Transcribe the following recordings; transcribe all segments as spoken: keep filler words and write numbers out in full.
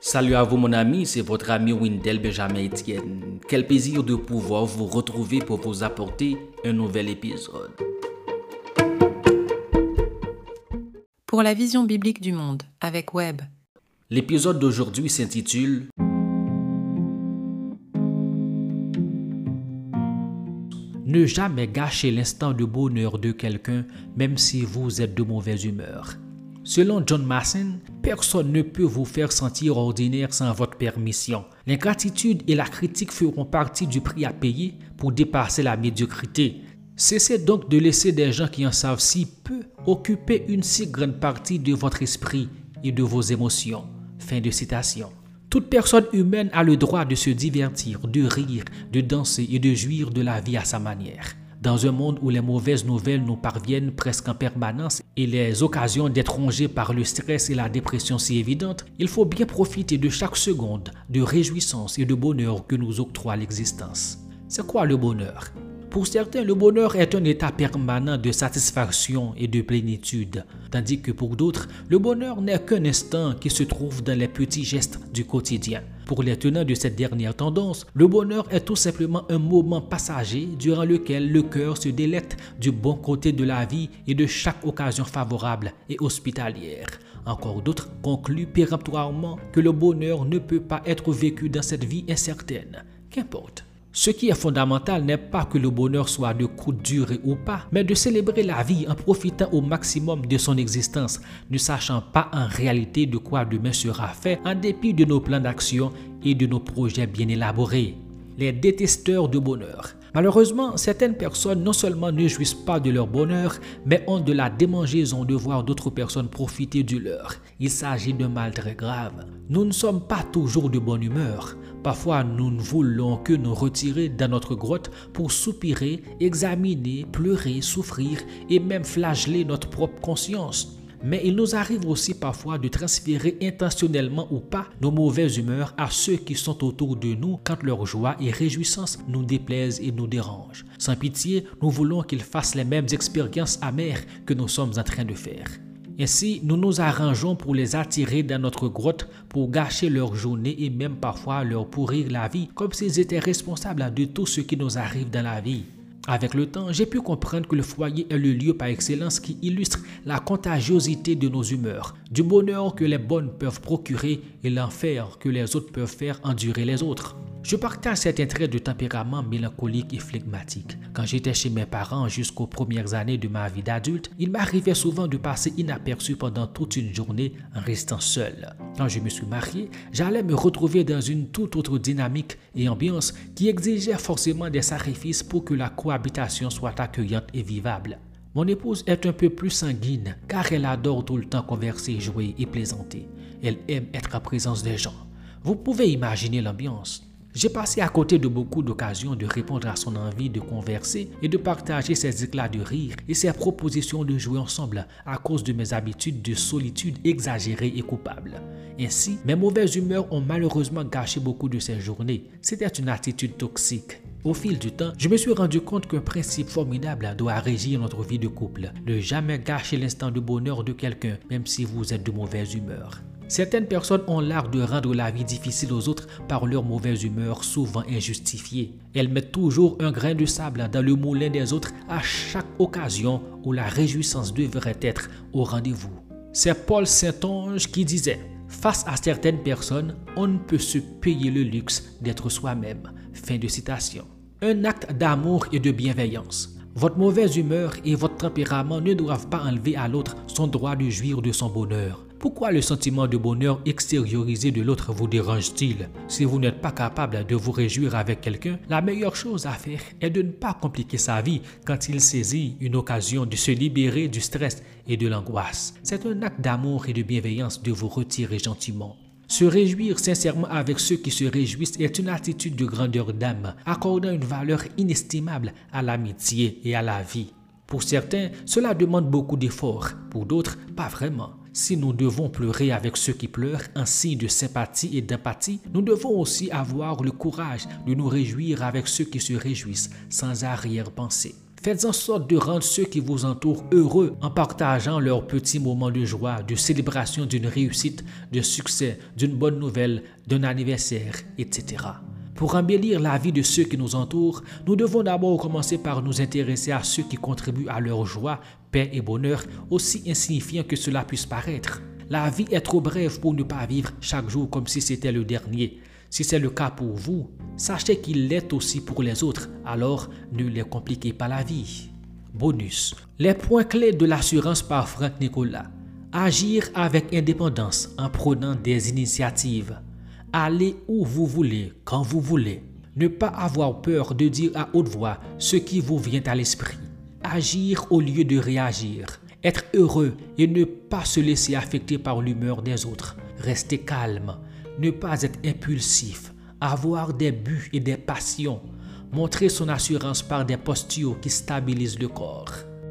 Salut à vous mon ami, c'est votre ami Windel Benjamin Etienne. Quel plaisir de pouvoir vous retrouver pour vous apporter un nouvel épisode. Pour la vision biblique du monde, avec Webb. L'épisode d'aujourd'hui s'intitule Ne jamais gâcher l'instant de bonheur de quelqu'un, même si vous êtes de mauvaise humeur. Selon John Masson, personne ne peut vous faire sentir ordinaire sans votre permission. L'ingratitude et la critique feront partie du prix à payer pour dépasser la médiocrité. Cessez donc de laisser des gens qui en savent si peu occuper une si grande partie de votre esprit et de vos émotions. Fin de citation. Toute personne humaine a le droit de se divertir, de rire, de danser et de jouir de la vie à sa manière. Dans un monde où les mauvaises nouvelles nous parviennent presque en permanence et les occasions d'être rongées par le stress et la dépression si évidentes, il faut bien profiter de chaque seconde de réjouissance et de bonheur que nous octroie l'existence. C'est quoi le bonheur? Pour certains, le bonheur est un état permanent de satisfaction et de plénitude, tandis que pour d'autres, le bonheur n'est qu'un instant qui se trouve dans les petits gestes du quotidien. Pour les tenants de cette dernière tendance, le bonheur est tout simplement un moment passager durant lequel le cœur se délecte du bon côté de la vie et de chaque occasion favorable et hospitalière. Encore d'autres concluent péremptoirement que le bonheur ne peut pas être vécu dans cette vie incertaine. Qu'importe. Ce qui est fondamental n'est pas que le bonheur soit de courte durée ou pas, mais de célébrer la vie en profitant au maximum de son existence, ne sachant pas en réalité de quoi demain sera fait en dépit de nos plans d'action et de nos projets bien élaborés. Les détesteurs de bonheur. Malheureusement, certaines personnes non seulement ne jouissent pas de leur bonheur, mais ont de la démangeaison de voir d'autres personnes profiter du leur. Il s'agit d'un mal très grave. Nous ne sommes pas toujours de bonne humeur. Parfois, nous ne voulons que nous retirer dans notre grotte pour soupirer, examiner, pleurer, souffrir et même flageller notre propre conscience. Mais il nous arrive aussi parfois de transférer intentionnellement ou pas nos mauvaises humeurs à ceux qui sont autour de nous quand leur joie et réjouissance nous déplaisent et nous dérangent. Sans pitié, nous voulons qu'ils fassent les mêmes expériences amères que nous sommes en train de faire. Ainsi, nous nous arrangeons pour les attirer dans notre grotte pour gâcher leur journée et même parfois leur pourrir la vie comme s'ils étaient responsables de tout ce qui nous arrive dans la vie. Avec le temps, j'ai pu comprendre que le foyer est le lieu par excellence qui illustre la contagiosité de nos humeurs, du bonheur que les bonnes peuvent procurer et l'enfer que les autres peuvent faire endurer les autres. Je partage certains traits de tempérament mélancolique et flegmatique. Quand j'étais chez mes parents jusqu'aux premières années de ma vie d'adulte, il m'arrivait souvent de passer inaperçu pendant toute une journée en restant seul. Quand je me suis marié, j'allais me retrouver dans une toute autre dynamique et ambiance qui exigeait forcément des sacrifices pour que la cohabitation soit accueillante et vivable. Mon épouse est un peu plus sanguine car elle adore tout le temps converser, jouer et plaisanter. Elle aime être en présence des gens. Vous pouvez imaginer l'ambiance. J'ai passé à côté de beaucoup d'occasions de répondre à son envie de converser et de partager ses éclats de rire et ses propositions de jouer ensemble à cause de mes habitudes de solitude exagérées et coupables. Ainsi, mes mauvaises humeurs ont malheureusement gâché beaucoup de ces journées. C'était une attitude toxique. Au fil du temps, je me suis rendu compte qu'un principe formidable doit régir notre vie de couple. Ne jamais gâcher l'instant de bonheur de quelqu'un, même si vous êtes de mauvaise humeur. Certaines personnes ont l'art de rendre la vie difficile aux autres par leur mauvaise humeur souvent injustifiée. Elles mettent toujours un grain de sable dans le moulin des autres à chaque occasion où la réjouissance devrait être au rendez-vous. C'est Paul Saint-Onge qui disait « Face à certaines personnes, on ne peut se payer le luxe d'être soi-même. » Fin de citation. Un acte d'amour et de bienveillance. Votre mauvaise humeur et votre tempérament ne doivent pas enlever à l'autre son droit de jouir de son bonheur. Pourquoi le sentiment de bonheur extériorisé de l'autre vous dérange-t-il? Si vous n'êtes pas capable de vous réjouir avec quelqu'un, la meilleure chose à faire est de ne pas compliquer sa vie quand il saisit une occasion de se libérer du stress et de l'angoisse. C'est un acte d'amour et de bienveillance de vous retirer gentiment. Se réjouir sincèrement avec ceux qui se réjouissent est une attitude de grandeur d'âme, accordant une valeur inestimable à l'amitié et à la vie. Pour certains, cela demande beaucoup d'efforts, pour d'autres, pas vraiment. Si nous devons pleurer avec ceux qui pleurent en signe de sympathie et d'empathie, nous devons aussi avoir le courage de nous réjouir avec ceux qui se réjouissent sans arrière-pensée. Faites en sorte de rendre ceux qui vous entourent heureux en partageant leurs petits moments de joie, de célébration d'une réussite, de succès, d'une bonne nouvelle, d'un anniversaire, et cetera. Pour embellir la vie de ceux qui nous entourent, nous devons d'abord commencer par nous intéresser à ceux qui contribuent à leur joie, paix et bonheur, aussi insignifiant que cela puisse paraître. La vie est trop brève pour ne pas vivre chaque jour comme si c'était le dernier. Si c'est le cas pour vous, sachez qu'il l'est aussi pour les autres, alors ne les compliquez pas la vie. Bonus. Les points clés de l'assurance par Frank Nicolas. Agir avec indépendance en prenant des initiatives. Aller où vous voulez, quand vous voulez. Ne pas avoir peur de dire à haute voix ce qui vous vient à l'esprit. Agir au lieu de réagir. Être heureux et ne pas se laisser affecter par l'humeur des autres. Rester calme. Ne pas être impulsif. Avoir des buts et des passions. Montrer son assurance par des postures qui stabilisent le corps.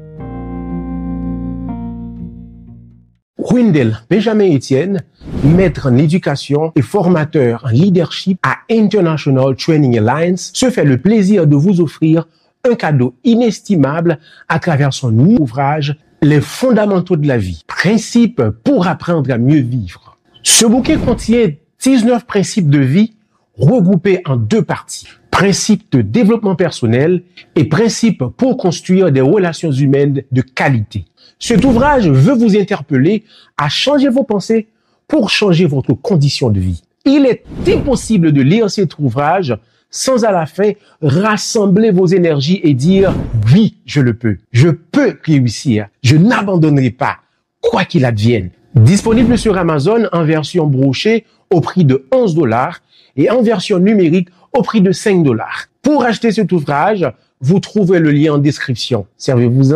Wendell Benjamin Etienne, maître en éducation et formateur en leadership à International Training Alliance, se fait le plaisir de vous offrir un cadeau inestimable à travers son ouvrage Les fondamentaux de la vie, principes pour apprendre à mieux vivre. Ce bouquet contient dix-neuf principes de vie regroupés en deux parties. Principes de développement personnel et principes pour construire des relations humaines de qualité. Cet ouvrage veut vous interpeller à changer vos pensées pour changer votre condition de vie. Il est impossible de lire cet ouvrage sans à la fin rassembler vos énergies et dire « Oui, je le peux. Je peux réussir. Je n'abandonnerai pas, quoi qu'il advienne. » Disponible sur Amazon en version brochée au prix de onze dollars et en version numérique au prix de cinq dollars. Pour acheter cet ouvrage, vous trouvez le lien en description. Servez-vous-en.